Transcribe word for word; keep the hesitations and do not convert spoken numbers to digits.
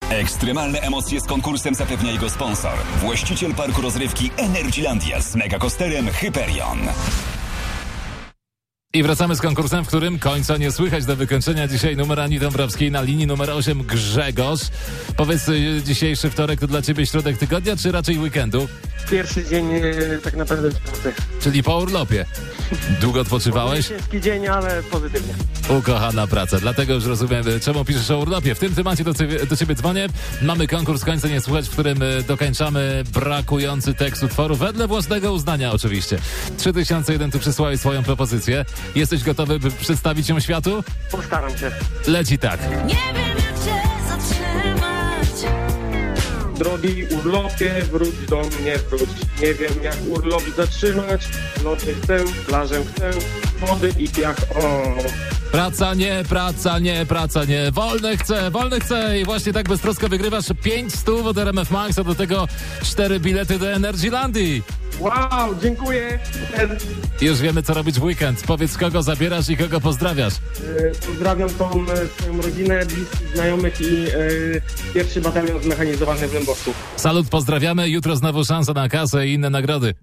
Ekstremalne emocje z konkursem zapewnia jego sponsor. Właściciel parku rozrywki Energylandia z megakosterem Hyperion. I wracamy z konkursem, w którym końca nie słychać do wykończenia. Dzisiaj numer Ani Dąbrowskiej na linii numer osiem Grzegorz. Powiedz, dzisiejszy wtorek to dla ciebie środek tygodnia, czy raczej weekendu? Pierwszy dzień e, tak naprawdę w pracy. Czyli po urlopie. Długo odpoczywałeś? Ciężki dzień, ale pozytywnie. Ukochana praca. Dlatego już rozumiem, czemu piszesz o urlopie. W tym temacie do ciebie, do ciebie dzwonię. Mamy konkurs Końca nie słuchać, w którym dokańczamy brakujący tekst utworu, wedle własnego uznania oczywiście. trzy tysiące jeden tu przysłałeś swoją propozycję. Jesteś gotowy, by przedstawić ją światu? Postaram się. Leci tak. Nie wiem, jak cię zatrzymać. Drogi urlopie, wróć do mnie, wróć. Nie wiem, jak urlop zatrzymać. Loty chcę, plażę chcę, wody i piach, o. Praca nie, praca nie, praca nie. Wolne chcę, wolne chcę. I właśnie tak beztrosko wygrywasz pięć stów od R M F Max, a do tego cztery bilety do Energylandii. Wow, dziękuję. Już wiemy, co robić w weekend. Powiedz, kogo zabierasz i kogo pozdrawiasz. E, pozdrawiam tą e, swoją rodzinę, bliskich, znajomych i e, pierwszy batalion zmechanizowany w Lębowcu. Salut, pozdrawiamy. Jutro znowu szansa na kasę i inne nagrody.